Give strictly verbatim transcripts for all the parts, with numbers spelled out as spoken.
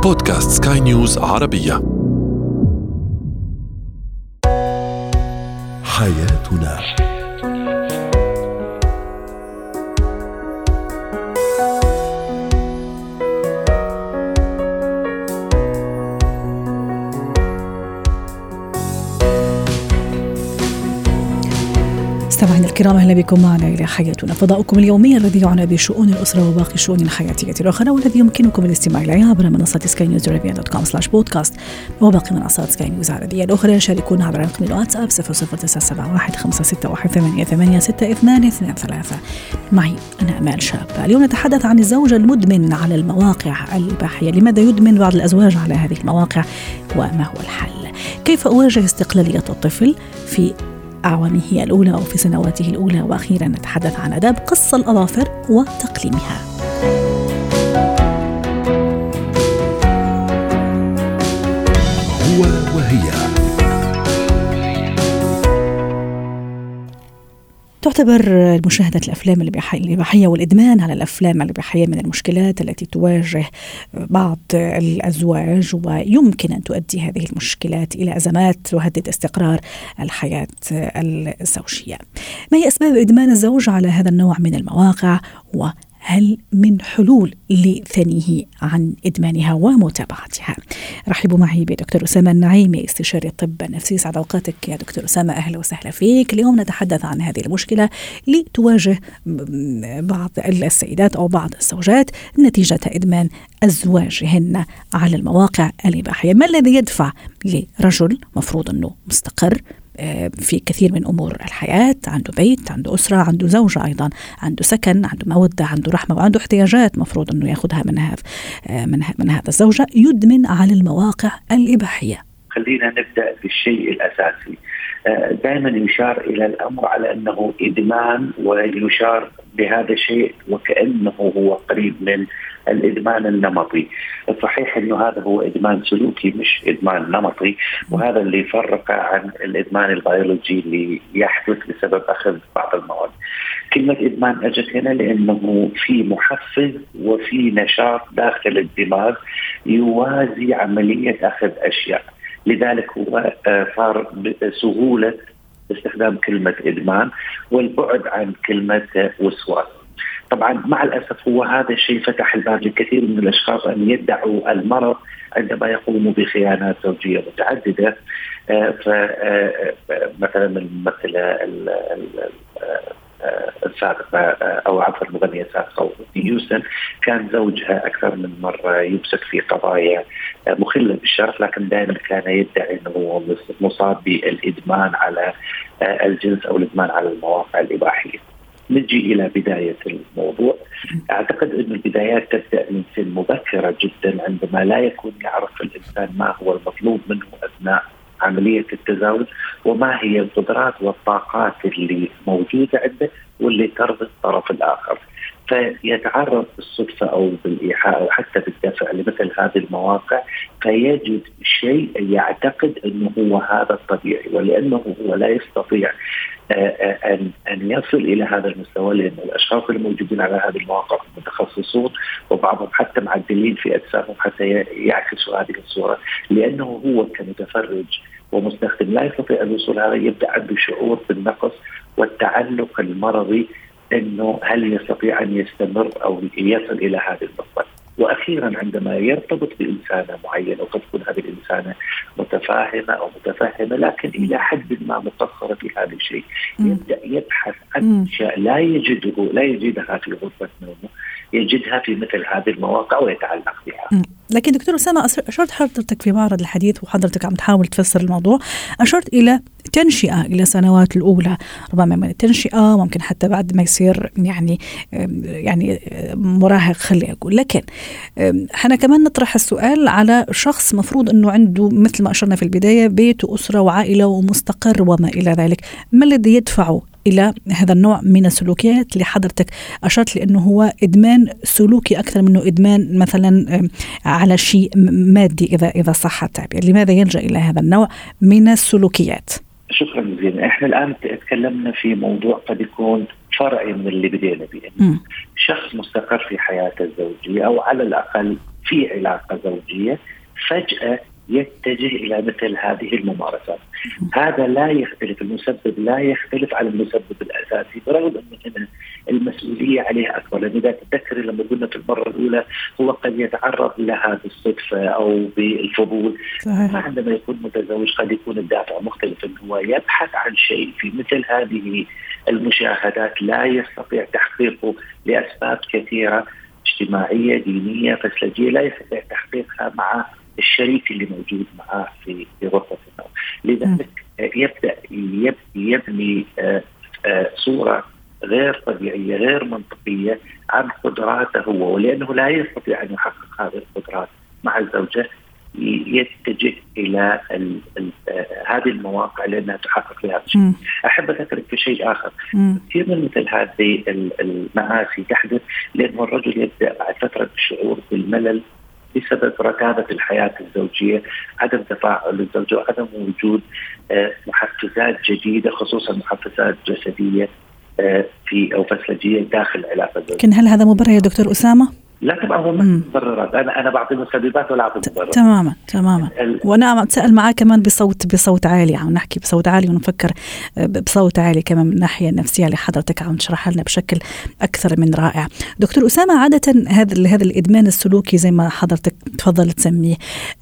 بودكاست سكاي نيوز عربية. حياتنا. مستمعينا الكرام، اهلا بكم معنا الى حياتنا، فضاؤكم اليومي الذي يعنى بشؤون الاسره وباقي الشؤون الحياتيه الاخرى، والذي يمكنكم الاستماع اليه عبر منصه سكاي نيوز عربيه دوت كوم سلاش بودكاست وباقي منصات سكاي نيوز عربيه الاخرى. شاركونا عبر رقم الواتساب صفر صفر تسعة سبعة واحد خمسة ستة واحد ثمانية ثمانية ستة اثنان اثنان ثلاثة. معي انا امال شاب. اليوم نتحدث عن الزوج المدمن على المواقع الاباحيه. لماذا يدمن بعض الازواج على هذه المواقع وما هو الحل؟ كيف اواجه استقلاليه الطفل في أعوامه الأولى أو في سنواته الأولى؟ وأخيرا نتحدث عن آداب قص الأظافر وتقليمها. هو وهي. تعتبر مشاهدة الأفلام الإباحية والإدمان على الأفلام الإباحية من المشكلات التي تواجه بعض الأزواج، ويمكن أن تؤدي هذه المشكلات إلى أزمات تهدد استقرار الحياة الزوجية. ما هي أسباب إدمان الزوج على هذا النوع من المواقع؟ و هل من حلول لثنيه عن إدمانها ومتابعتها؟ رحبوا معي بدكتور أسامة النعيمي، استشاري الطب النفسي. سعد أوقاتك يا دكتور أسامة، أهلا وسهلا فيك. اليوم نتحدث عن هذه المشكلة لتواجه بعض السيدات أو بعض الزوجات نتيجة إدمان أزواجهن على المواقع الإباحية. ما الذي يدفع لرجل مفروض أنه مستقر في كثير من أمور الحياة، عنده بيت، عنده أسرة، عنده زوجة، أيضا عنده سكن، عنده مودة، عنده رحمة، وعنده احتياجات مفروض أنه يأخذها من هذا من, من هذا الزوجة، يدمن على المواقع الإباحية؟ خلينا نبدأ بالشيء الأساسي. دائما يشار إلى الأمر على أنه إدمان، ويشار بهذا الشيء وكأنه هو قريب من الإدمان النمطي. الصحيح أنه هذا هو إدمان سلوكي مش إدمان نمطي، وهذا اللي يفرق عن الإدمان البيولوجي اللي يحدث بسبب أخذ بعض المواد. كلمة إدمان أجت هنا لأنه في محفز وفي نشاط داخل الدماغ يوازي عملية أخذ أشياء، لذلك هو صار بسهولة استخدام كلمة إدمان والبعد عن كلمة وسواس. طبعا مع الأسف هو هذا الشيء فتح الباب لكثير من الأشخاص أن يدعوا المرض عندما يقوموا بخيانات زوجية متعددة. فمثلا الممثلة السابقة أو عفوا المغنية السابقة هيوستن كان زوجها أكثر من مرة يمسك في قضايا مخلة بالشرف، لكن دائما كان يدعي أنه هو مصاب بالإدمان على الجنس أو الإدمان على المواقع الإباحية. نجي إلى بداية الموضوع. أعتقد أن البدايات تبدأ من سن مبكرة جدا، عندما لا يكون يعرف الإنسان ما هو المطلوب منه أثناء عملية التزاوج، وما هي القدرات والطاقات اللي موجودة عنده واللي ترضي الطرف الآخر. فيتعرض بالصدفة أو بالإيحاء أو حتى بالدفع لمثل هذه المواقع، فيجد شيء يعتقد أنه هو هذا الطبيعي، ولأنه هو لا يستطيع أن أن يصل إلى هذا المستوى، لأن الأشخاص الموجودين على هذه المواقع متخصصون، وبعضهم حتى معدلين في أجسامهم حتى يعكسوا هذه الصورة، لأنه هو كمتفرج ومستخدم لا يستطيع الوصول هذا، يبدأ عنده شعور بالنقص والتعلق المرضي، أنه هل يستطيع أن يستمر أو يصل إلى هذه النقطة. وأخيرا عندما يرتبط بإنسانة معينة، وقد تكون هذه الإنسانة متفاهمة أو متفهمة لكن إلى حد ما مقصرة في هذا الشيء، يبدأ يبحث عن أشياء لا يجده لا يجدها في غرفة نومه، يجدها في مثل هذه المواقع ويتعلق بها. لكن دكتور أسامة، أشرت حضرتك في معرض الحديث وحضرتك عم تحاول تفسر الموضوع، أشرت إلى تنشئة إلى سنوات الأولى، ربما من التنشئة ممكن حتى بعد ما يصير يعني يعني مراهق خلي أقول. لكن احنا كمان نطرح السؤال على شخص مفروض أنه عنده مثل ما أشرنا في البداية بيت وأسرة وعائلة ومستقر وما إلى ذلك. ما الذي يدفعه إلى هذا النوع من السلوكيات اللي حضرتك أشرت لأنه هو إدمان سلوكي أكثر منه إدمان مثلا على شيء مادي إذا إذا صح التعبير؟ لماذا يلجأ إلى هذا النوع من السلوكيات؟ شكرا جزيلا. احنا الآن تكلمنا في موضوع قد يكون فرعي من اللي بدينا به. شخص مستقر في حياته الزوجية أو على الأقل في علاقة زوجية فجأة يتجه إلى مثل هذه الممارسات. هذا لا يختلف، المسبب لا يختلف عن المسبب الأساسي، برغم أن هنا المسؤولية عليه أكبر. لأن إذا تذكري لما قلنا في المرة الأولى هو قد يتعرض لها بالصدفة أو بالفضول، ما عندما يكون متزوج قد يكون الدافع مختلف، أنه هو يبحث عن شيء في مثل هذه المشاهدات لا يستطيع تحقيقه لأسباب كثيرة اجتماعية دينية فسلجية، لا يستطيع تحقيقها مع الشريك اللي موجود معاه في غرفة النوم. لذلك يبدأ يبني صورة غير طبيعية غير منطقية عن قدراته هو، ولأنه لا يستطيع أن يحقق هذه القدرات مع الزوجة يتجه إلى ال ال هذه المواقع لأنها تحقق لها شيء. أحب أذكرك في شيء آخر، كثير من مثل هذه المآسي تحدث لأن الرجل يبدأ بعد فترة الشعور بالملل بسبب ركابة الحياة الزوجية، عدم تفاعل الزوجة وعدم وجود محفزات جديدة خصوصا محفزات جسدية في أو فسلجية داخل العلاقة الزوجية. لكن هل هذا مبرر يا دكتور أسامة؟ لا طبعا هو مبررات، أنا أنا بعطي مسببات ولا أعطي مبررات. تماما تماما. وأنا أتسأل معاه كمان بصوت بصوت عالي، عم نحكي بصوت عالي ونفكر بصوت عالي كمان من الناحية النفسية اللي حضرتك عم تشرح لنا بشكل أكثر من رائع. دكتور أسامة، عادة هذا هذا الإدمان السلوكي زي ما حضرتك تفضل تسميه،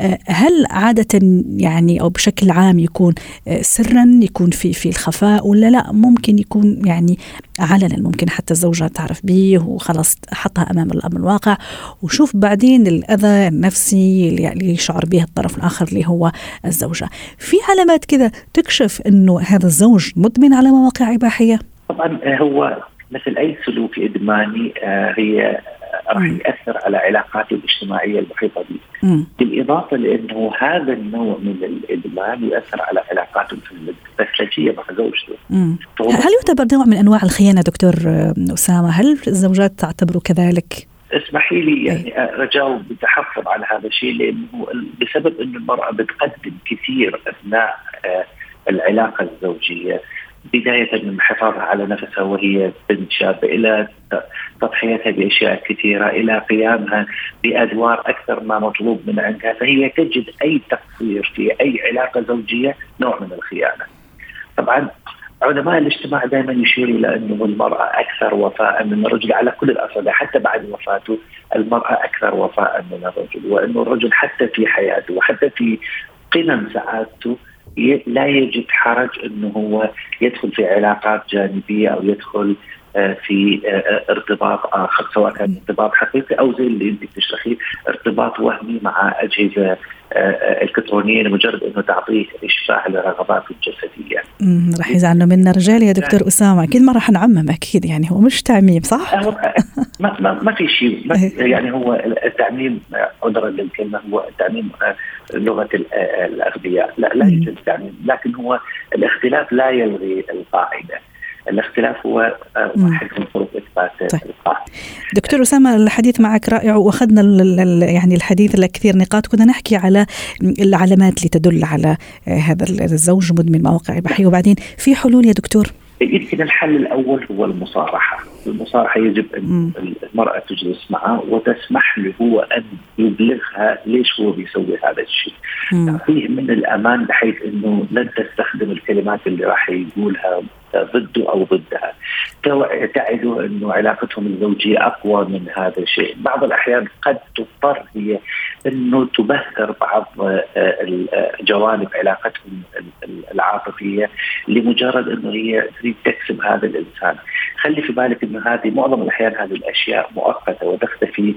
هل عادة يعني أو بشكل عام يكون سرا، يكون في في الخفاء، ولا لا ممكن يكون يعني علنا، ممكن حتى الزوجة تعرف به وخلاص حطها أمام الأمر الواقع وشوف بعدين الأذى النفسي اللي يشعر به الطرف الآخر اللي هو الزوجة؟ في علامات كذا تكشف أنه هذا الزوج مدمن على مواقع إباحية؟ طبعا هو مثل أي سلوك إدماني هي راح يأثر على علاقاته الاجتماعية المحيطة به، بالإضافة لأنه هذا النوع من الإدمان يؤثر على علاقاته الفسلجية مع زوجته. هل يعتبر نوع من أنواع الخيانة دكتور أسامة؟ هل الزوجات تعتبره كذلك؟ اسمحي لي يعني رجاء بتحفظ على هذا الشيء، لأنه بسبب أن المرأة بتقدم كثير أثناء العلاقة الزوجية، بداية من حفاظها على نفسها وهي بنت شابة، إلى تضحيتها بأشياء كثيرة، إلى قيامها بأدوار أكثر ما مطلوب من عندها، فهي تجد أي تقصير في أي علاقة زوجية نوع من الخيانة. طبعا علماء الاجتماع دائما يشير إلى أنه المرأة أكثر وفاء من الرجل على كل الأصعدة، حتى بعد وفاته المرأة أكثر وفاء من الرجل، وأنه الرجل حتى في حياته وحتى في قمم سعادته لا يجد حرج أنه هو يدخل في علاقات جانبية أو يدخل في ارتباط آخر، سواء كان ارتباط حقيقي أو زي اللي أنت تشرحيه ارتباط وهمي مع أجهزة الكترونية لمجرد أنه تعطيه إشباع لرغباته الجسدية. راح يزعلوا منا رجال يا دكتور أسامة، أكيد ما راح نعمم، أكيد يعني هو مش تعميم صح؟ ما, ما, ما في شيء يعني، هو التعميم عذرا للكلمة هو التعميم لغة الأغبياء، لا لا يوجد تعميم، لكن هو الاختلاف لا يلغي القاعدة، الاختلاف هو واحد من طرق إثبات القاعدة. دكتور أسامة، الحديث معك رائع، وأخذنا يعني الحديث لكثير نقاط. كنا نحكي على العلامات اللي تدل على هذا الزوج مدمن مواقع إباحية، وبعدين في حلول يا دكتور؟ يمكن الحل الأول هو المصارحة. المصارحة يجب أن المرأة تجلس معه وتسمح له هو أن يبلغها ليش هو بيسوي هذا الشيء، تعطيه من الأمان بحيث أنه لن تستخدم الكلمات اللي راح يقولها ضده أو ضدها، تعده أنه علاقتهم الزوجية أقوى من هذا الشيء. بعض الأحيان قد تضطر هي أنه تبهر بعض جوانب علاقتهم العاطفية لمجرد أنه هي تريد تكسب هذا الإنسان. خلي في بالك أنه هذه معظم الأحيان هذه الأشياء مؤقتة وتختفي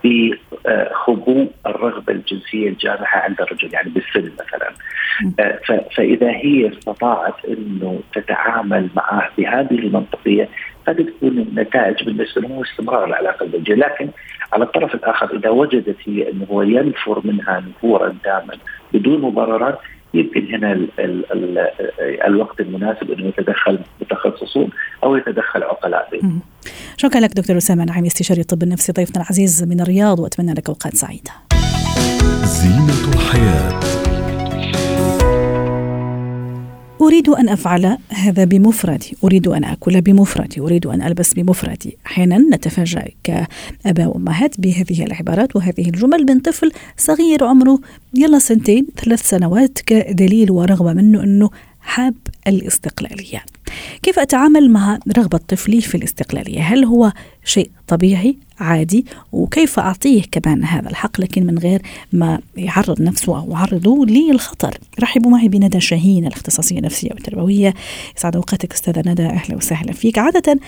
بخبوء الرغبة الجنسية الجامحة عند الرجل، يعني بالسن مثلا. فإذا هي استطاعت أنه تتعامل معه بهذه المنطقية قد تكون النتائج بالنسبة له استمرار العلاقة الزوجية. لكن على الطرف الآخر إذا وجدت هي أنه هو ينفر منها نفورا داما بدون مبررات، يمكن هنا ال ال ال الوقت المناسب أنه يتدخل متخصصون أو يتدخل عقلاء به. شكرا لك دكتور أسامة نعيمي، استشاري الطب النفسي، ضيفنا العزيز من الرياض، وأتمنى لك أوقات سعيدة. زينة الحياة. أريد أن أفعل هذا بمفردي، أريد أن أكل بمفردي، أريد أن ألبس بمفردي. أحيانا نتفاجأ كآباء وأمهات بهذه العبارات وهذه الجمل من طفل صغير عمره يلا سنتين ثلاث سنوات كدليل ورغبة منه أنه حاب الاستقلالية. كيف أتعامل مع رغبة طفلي في الاستقلالية؟ هل هو شيء طبيعي عادي؟ وكيف أعطيه كمان هذا الحق لكن من غير ما يعرض نفسه أو يعرضه للخطر؟ رحبوا معي بندى شاهين، الاختصاصية النفسية والتربوية. يسعد أوقاتك أستاذة ندى، أهلا وسهلا فيك. عادة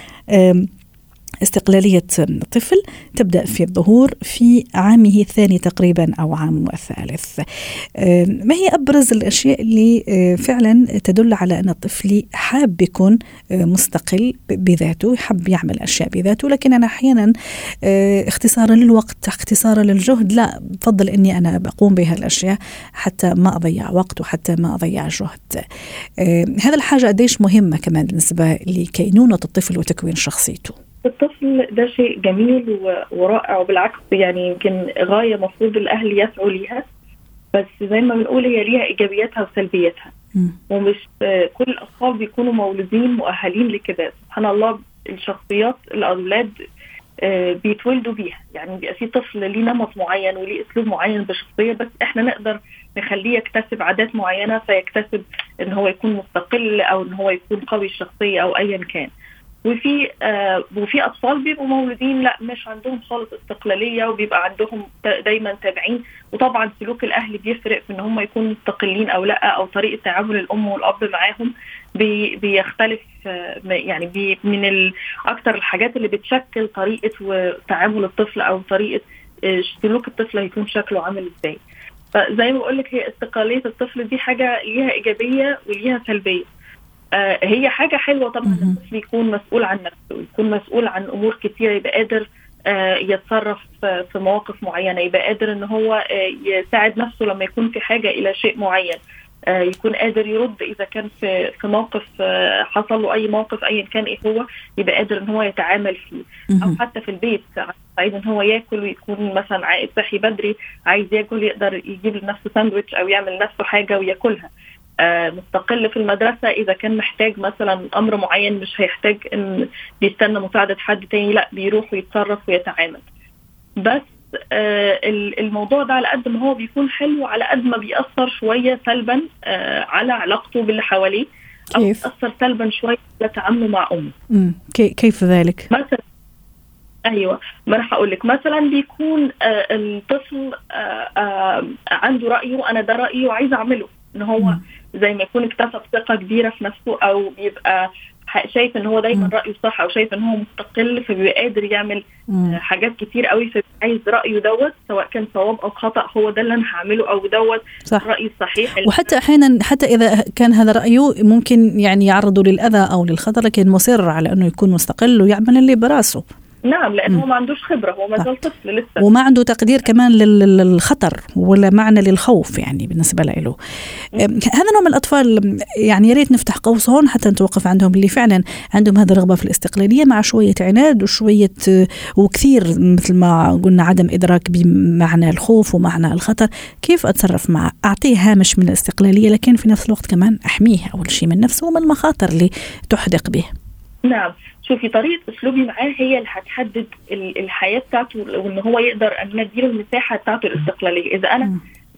استقلالية الطفل تبدأ في الظهور في عامه الثاني تقريبا أو عامه الثالث. ما هي أبرز الأشياء اللي فعلا تدل على أن الطفل حاب يكون مستقل بذاته، يحب يعمل أشياء بذاته، لكن أنا أحيانا اختصارا للوقت، اختصارا للجهد، لا بفضل أني أنا بقوم بها الأشياء حتى ما أضيع وقت وحتى ما أضيع جهد. هذا الحاجة قديش مهمة كمان بالنسبة لكينونة الطفل وتكوين شخصيته. الطفل ده شيء جميل ورائع، وبالعكس يعني يمكن غاية مفروض الأهل يسعوا ليها، بس زي ما بنقول هي ليها إيجابياتها وسلبياتها. م. ومش كل الأطفال بيكونوا مولودين مؤهلين لكده. سبحان الله الشخصيات الأولاد بيتولدوا بيها، يعني بيبقى في طفل ليه نمط معين وليه أسلوب معين بشخصية، بس إحنا نقدر نخليه يكتسب عادات معينة فيكتسب إن هو يكون مستقل أو إن هو يكون قوي الشخصية أو أيا كان. وفي آه وفي أطفال بيبقوا مولودين لا مش عندهم خالص استقلالية، وبيبقى عندهم دايما تابعين. وطبعا سلوك الأهل بيفرق في إن هم يكونوا مستقلين أو لا، أو طريقة تعامل الأم والأب معاهم بي بيختلف. آه يعني بي من أكتر الحاجات اللي بتشكل طريقة تعامل الطفل أو طريقة آه سلوك الطفل هيكون شكله عامل إزاي. فزي ما بقولك هي استقلالية الطفل دي حاجة ليها إيجابية وليها سلبية. آه هي حاجة حلوة طبعا الطفل يكون مسؤول عن نفسه، يكون مسؤول عن أمور كتيرة، يبقى قادر آه يتصرف آه في مواقف معينة، يبقى قادر إن هو آه يساعد نفسه لما يكون في حاجة إلى شيء معين، آه يكون قادر يرد إذا كان في في موقف آه حصل له أي موقف أيا كان إيه هو، يبقى قادر إن هو يتعامل فيه. أو حتى في البيت عايز إن هو يأكل ويكون مثلا عايز صحي بدري، عايز يأكل يقدر يجيب لنفسه ساندويتش أو يعمل لنفسه حاجة ويأكلها. آه مستقل في المدرسة إذا كان محتاج مثلا أمر معين، مش هيحتاج إن يستنى مساعدة حد تاني، لا بيروح ويتصرف ويتعامل. بس آه الموضوع ده على قد ما هو بيكون حلو على قد ما بيأثر شوية سلبا آه على علاقته باللي حواليه، أو بيأثر سلبا شوية على تعامله مع أمه. كيف ذلك؟ مثلا أيوة ما راح أقول لك، مثلا بيكون آه الطفل آه آه عنده رأيه، أنا ده رأيي وعايز أعمله، إن هو م. زي ما يكون اكتسب ثقة كبيرة في نفسه، أو بيبقى شايف إن هو دايما م. رأيه صح، أو شايف إن هو مستقل، فبيبقى قادر يعمل م. حاجات كتير قوي، فعايز رأيه دوت سواء كان صواب أو خطأ، هو ده اللي أنا هعمله، أو دوت رأيي الصحيح. وحتى أحيانا حتى إذا كان هذا رأيه ممكن يعني يعرضه للأذى أو للخطر، لكن مصر على أنه يكون مستقل ويعمل اللي براسه. نعم، لأنه ما عندوش خبرة، هو ما زال طفل لسه، وما عنده تقدير كمان للخطر ولا معنى للخوف يعني بالنسبة له. هذا نوع من الأطفال يعني يا ريت نفتح قوس هون حتى نتوقف عندهم، اللي فعلا عندهم هذا الرغبة في الاستقلالية مع شوية عناد وشوية وكثير مثل ما قلنا عدم إدراك بمعنى الخوف ومعنى الخطر. كيف أتصرف معه؟ أعطيه هامش من الاستقلالية، لكن في نفس الوقت كمان أحميه أول شيء من نفسه ومن المخاطر اللي تحدق به. نعم، شوفي طريقة أسلوبي معاه هي اللي هتحدد الحياة بتاعته، وإن هو يقدر أن نديله المساحة بتاعته الاستقلالية. إذا أنا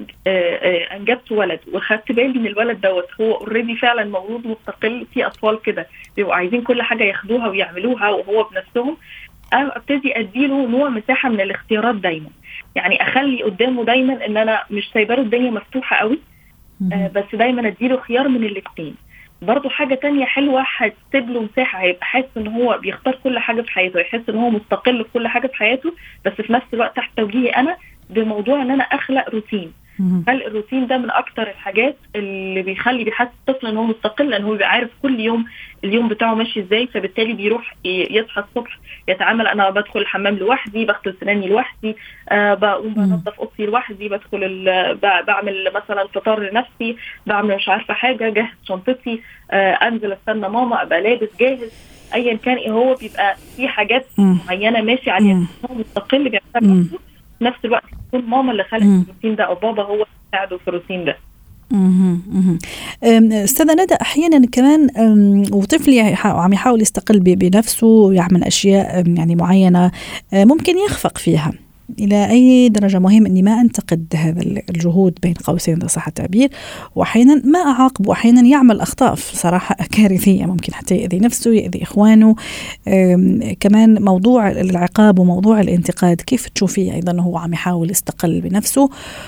أنجبت ولد وخدت بالي من الولد دوت هو أوريدي فعلا مولود مستقل، في أطفال كده بيبقوا عايزين كل حاجة ياخدوها ويعملوها وهو بنفسهم، أنا أبتدي أديله نوع مساحة من الاختيارات دايما، يعني أخلي قدامه دايما إن أنا مش سايبه الدنيا مفتوحة قوي، بس دايما أديله خيار من الاثنين. برضو حاجة تانية حلوة، هتسيب له مساحة، هيبقى حاسس ان هو بيختار كل حاجة في حياته، يحس ان هو مستقل في كل حاجة في حياته، بس في نفس الوقت تحت توجيهي انا بموضوع ان انا اخلق روتين. هل الروتين ده من اكتر الحاجات اللي بيخلي بيحس الطفل ان هو مستقل، لان هو بيبقى عارف كل يوم اليوم بتاعه ماشي ازاي، فبالتالي بيروح يصحى الصبح يتعامل، انا بدخل الحمام لوحدي، بغسل سناني لوحدي، أه بقوم بنظف اوضتي لوحدي، بدخل بعمل مثلا فطار لنفسي، بعمل مش عارفه حاجه، جهز شنطتي، أه انزل استنى ماما، ابقى لابس جاهز، ايا كان ايه هو، بيبقى في حاجات معينه ماشي عليها، هو مستقل بيعمل نفس الوقت يكون ماما اللي خلق الروتين ده، او بابا هو اللي ساعده في الروتين ده. أستاذة ندى، أحيانا كمان وطفلي عم يحاول يستقل بنفسه ويعمل أشياء يعني معينة ممكن يخفق فيها، إلى أي درجة مهم أني ما أنتقد هذا الجهود بين قوسين صح التعبير، وأحيانا ما أعاقب، وأحيانا يعمل أخطاء صراحة كارثية ممكن حتى يأذي نفسه يأذي إخوانه. كمان موضوع العقاب وموضوع الانتقاد كيف تشوفيه أيضا هو عم يحاول يستقل بنفسه؟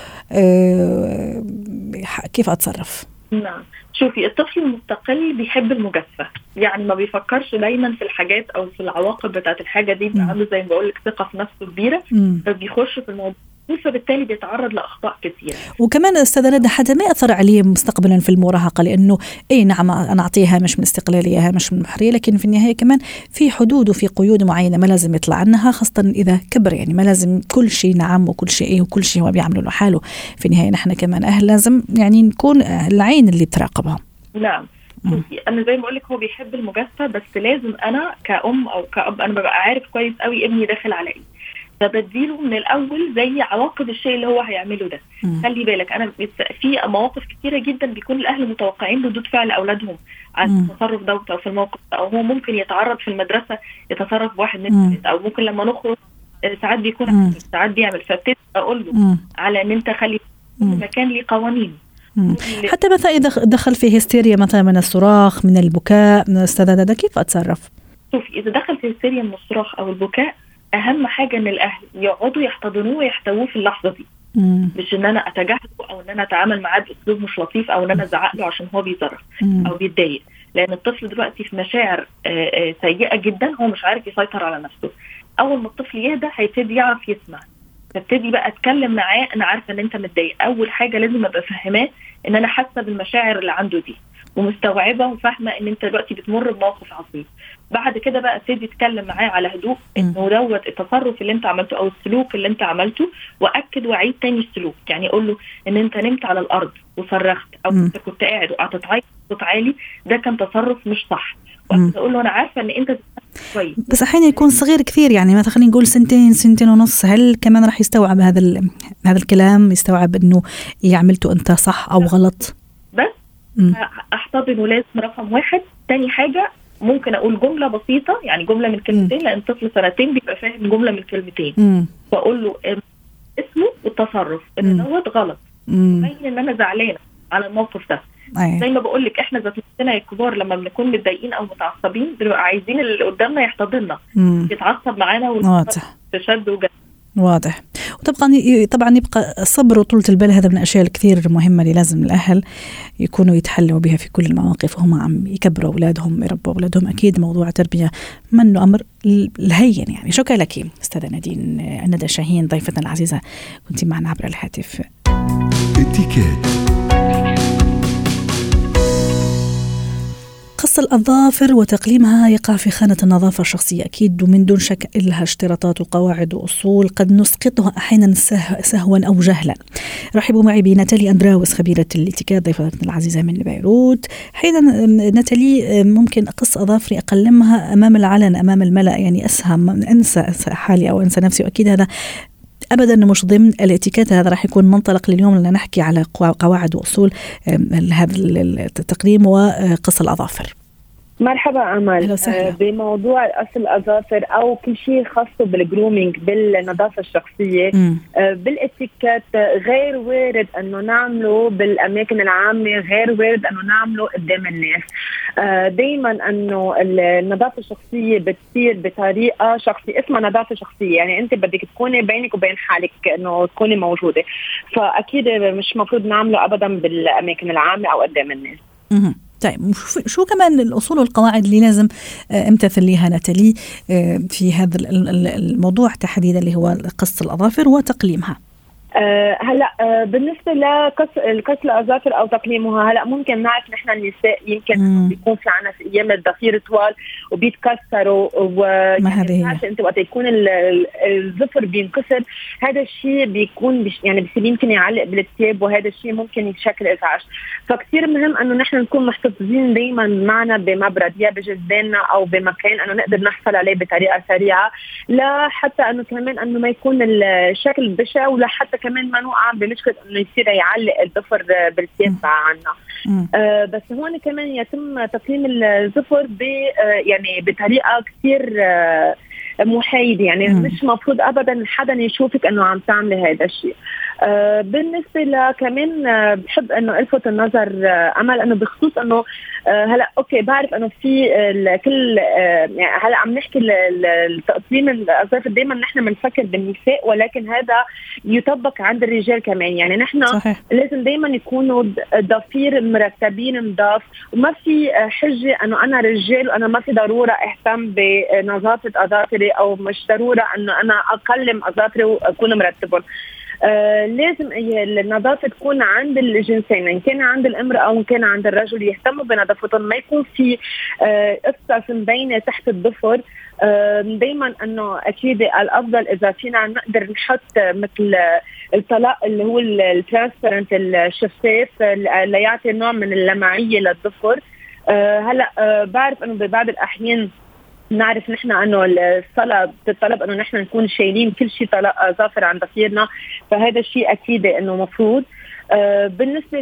كيف أتصرف؟ نعم، شوفي الطفل المستقل بيحب المجازفة، يعني ما بيفكرش دايما في الحاجات أو في العواقب بتاعت الحاجة دي، عنده زي ما بقولك ثقة في نفسه كبيرة، فبيخش في الموضوع فبالتالي بيتعرض لأخطاء كثيرة. وكمان أستاذة ندى حتى ما يأثر عليه مستقبلا في المراهقة، لأنه أي نعم أنا أعطيها مش من استقلالية مش من حرية، لكن في النهاية كمان في حدود وفي قيود معينة ما لازم يطلع عنها، خاصة إذا كبر، يعني ما لازم كل شيء نعم وكل شيء إيه وكل شيء هو بيعمله له حاله. في النهاية نحن كمان أهل لازم يعني نكون العين اللي بتراقبها. نعم، أنا زي ما بقولك هو بيحب المجازفة، بس لازم أنا كأم أو كأب أنا ببقى عارف كويس قوي ابني داخل على إيه، فبديله من الأول زي عواقب الشيء اللي هو هيعمله ده. مم. خلي بالك أنا في مواقف كتيرة جدا بيكون الأهل متوقعين ردود فعل أولادهم على التصرف ده أو في الموقف ده، أو هو ممكن يتعرض في المدرسة يتصرف واحد من أو ممكن لما نخرج ساعات بيكون ساعات بيعمل، فابتدي أقول له مم. على أن أنت خلي مكان ليه قوانين. مم. حتى مثلا إذا دخل فيه هستيريا مثلا من الصراخ من البكاء من الأستاذة ده كيف أتصرف؟ شوفي إذا دخل في هستيريا من الصراخ أو البكاء، أهم حاجة إن الأهل يقعدوا يحتضنوه ويحتووه في اللحظة دي، مم. مش إن أنا أتجاهله أو إن أنا أتعامل معاه بأسلوب مش لطيف أو إن أنا أزعق له عشان هو بيصرخ أو بيتضايق، لأن الطفل دلوقتي في مشاعر سيئة جدا، هو مش عارف يسيطر على نفسه. أول ما الطفل يهدى هيبتدي يعرف يسمع، فابتدي بقى أتكلم معاه، أنا عارفة إن أنت متضايق. أول حاجة لازم أبقى فهماه إن أنا حاسة بالمشاعر اللي عنده دي ومستوعبة وفاهمة إن أنت دلوقتي بتمر بموقف عصيب. بعد كده بقى ابتدي اتكلم معاه على هدوء انه دوت التصرف اللي انت عملته او السلوك اللي انت عملته، واكد واعيد تاني السلوك. يعني اقول له ان انت نمت على الارض وصرخت او انت كنت قاعد وقعدت تعيط بصوت عالي، ده كان تصرف مش صح. واقول له انا عارفه ان انت كويس، بس احيانا يكون صغير كثير، يعني ما خلينا نقول سنتين سنتين ونص، هل كمان راح يستوعب هذا هذا الكلام، يستوعب انه يعملته انت صح او غلط؟ بس احتضنه لازم رقم واحد. تاني حاجه ممكن أقول جملة بسيطة، يعني جملة من كلمتين، لأن طفل سنتين بيبقى فاهم جملة من كلمتين، فأقول له اسمه والتصرف إن دوت غلط، باين إن أنا زعلانة على الموقف ده. أيه. زي ما بقول لك إحنا ذات نفسنا يا كبار لما بنكون متضايقين أو متعصبين بنبقى عايزين اللي قدامنا يحتضننا، يتعصب معانا وتشد وجد. واضح. وطبعا طبعا يبقى الصبر وطولة البال، هذا من الأشياء الكثير مهمة اللي لازم الأهل يكونوا يتحلوا بها في كل المواقف وهم عم يكبروا أولادهم يربوا أولادهم. أكيد موضوع التربية منه أمر الهين يعني. شكرا لك أستاذة نادين ندى شاهين ضيفتنا العزيزة، كنت معنا عبر الهاتف. قص الأظافر وتقليمها يقع في خانة النظافة الشخصية أكيد، ومن دون شك لها اشتراطات وقواعد وأصول قد نسقطها أحيانا سهوا أو جهلا. رحبوا معي بناتالي أندراوس خبيرة الاتيكيت ضيفتنا العزيزة من بيروت. حين ناتالي ممكن أقص أظافري أقلمها أمام العلن أمام الملأ، يعني أسهم أنسى حالي أو أنسى نفسي، وأكيد هذا أبدا مش ضمن الاتيكيت. هذا راح يكون منطلق لليوم لنا نحكي على قواعد وأصول هذا التقليم وقص الأظافر. مرحبا أمل. بموضوع قص الأظافر أو كل شيء خاص بالجرومينج بالنظافة الشخصية م. بالاتيكيت غير وارد أنه نعمله بالأماكن العامة، غير وارد أنه نعمله قدام الناس. دايما أنه النظافة الشخصية بتصير بطريقة شخصية اسمها نظافة شخصية، يعني أنت بدك تكوني بينك وبين حالك أنه تكوني موجودة، فأكيد مش مفروض نعمله أبدا بالأماكن العامة أو قدام الناس. م. طيب شو كمان الأصول والقواعد اللي لازم امتثل لها ناتالي في هذا الموضوع تحديدا اللي هو قص الأظافر وتقليمها؟ أه هلا أه بالنسبه لقص القص الاظافر او تقليمها، هلا ممكن نعرف نحن النساء يمكن بيكون في عنا في ايام الضفير طوال وبيتكسروا، ويعني انت وقت يكون الظفر بينكسر هذا الشيء بيكون بيش يعني بصير يمكن يعلق بالثياب، وهذا الشيء ممكن يشكل ازعاج. فكتير مهم انه نحن نكون محتفظين دائما معنا بمبرد يا بجزداننا او بمكان انه نقدر نحصل عليه بطريقه سريعه، لا حتى انه كمان انه ما يكون الشكل بشع، ولا حتى كمان ما نوقع بمشكله انه يصير يعلق الظفر بالسياسه عنا. آه بس هون كمان يتم تقييم الظفر ب آه يعني بطريقه كثير آه محايدة، يعني مم. مش مفروض أبدا حدا يشوفك أنه عم تعملي هذا الشيء. آه بالنسبة لكمان آه بحب أنه ألفت النظر آه أمل أنه بخصوص أنه آه هلأ أوكي بعرف أنه في كل آه يعني هلأ عم نحكي التقسيم الأظافر دايما نحن بنفكر بالنساء، ولكن هذا يطبق عند الرجال كمان. يعني نحن صحيح. لازم دايما يكونوا ضفير مرتبين نضاف، وما في حجة أنه أنا رجال وأنا ما في ضرورة أهتم بنظافة أظافري، أو مش ضرورة أنه أنا أقلم أظافري وأكون مرتبهم. آه لازم النظافة تكون عند الجنسين، إن كان عند الامرأة أو إن كان عند الرجل يهتموا بنظافتهم، ما يكون في آه قصص مبينة تحت الضفر. آه دايما أنه أكيد الأفضل إذا فينا نقدر نحط مثل الطلاق اللي هو الترانسبرنت الشفاف اللي يعطي نوع من اللمعية للضفر. آه هلأ آه بعرف أنه ببعض الأحيان نعرف نحن انه الصلاه بتطلب انه نحن نكون شايلين كل شيء طلاق ظافر عن ضفيرنا، فهذا الشيء اكيد انه مفروض. آه بالنسبه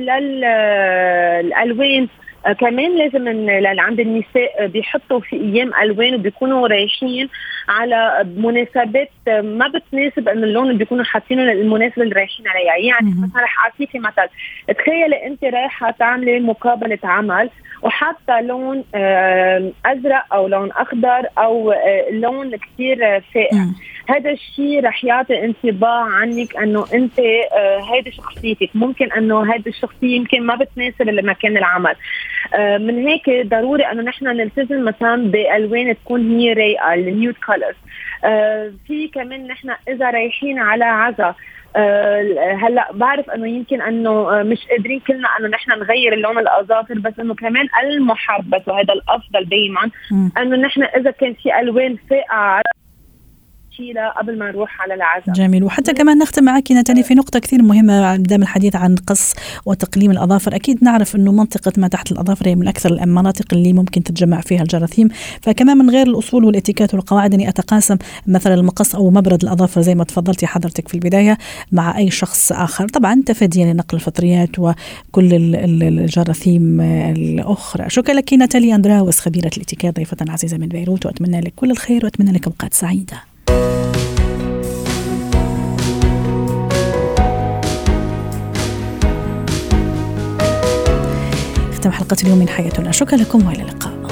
للالوان آه كمان لازم ان عند النساء بيحطوا في ايام الوان وبيكونوا رايحين على مناسبات ما بتناسب ان اللون اللي بيكونوا حاطينه للمناسبه اللي رايحين عليها. يعني مثلا رح اعطيكي مثل، تخيلي انت رايحه تعملي مقابله عمل وحتى لون أزرق أو لون أخضر أو لون كتير فاقع، هذا الشيء رح يعطي انطباع عنك أنه أنت هيدا شخصيتك. ممكن أنه هيدا الشخصية يمكن ما بتناسب لمكان العمل. من هيك ضروري أنه نحن نلتزم مثلا بألوان تكون هي رايقة، النيود كولرز. في كمان نحن إذا رايحين على عزا، أه هلا بعرف انه يمكن انه مش قادرين كلنا انه نحن نغير اللون الاظافر، بس انه كمان المحبس وهذا الافضل دائما انه نحن اذا كان في الوان فاقعه شيلة قبل ما نروح على العزاء. جميل. وحتى كمان نختم معك نتالي في نقطة كثير مهمة دام الحديث عن قص وتقليم الأظافر. أكيد نعرف أنه منطقة ما تحت الأظافر هي من أكثر المناطق اللي ممكن تتجمع فيها الجراثيم، فكمان من غير الأصول والإتيكات والقواعد أني أتقاسم مثلا المقص أو مبرد الأظافر زي ما تفضلتي حضرتك في البداية مع أي شخص آخر، طبعا تفاديا لنقل الفطريات وكل الجراثيم الأخرى. شكرا لك نتالي أندراوس خبيرة الإتيكات ضيفة عزيزة من بيروت، وأتمنى لك كل الخير وأتمنى لك أوقات سعيدة. ختم حلقة اليوم من حياتنا. شكرا لكم وإلى اللقاء.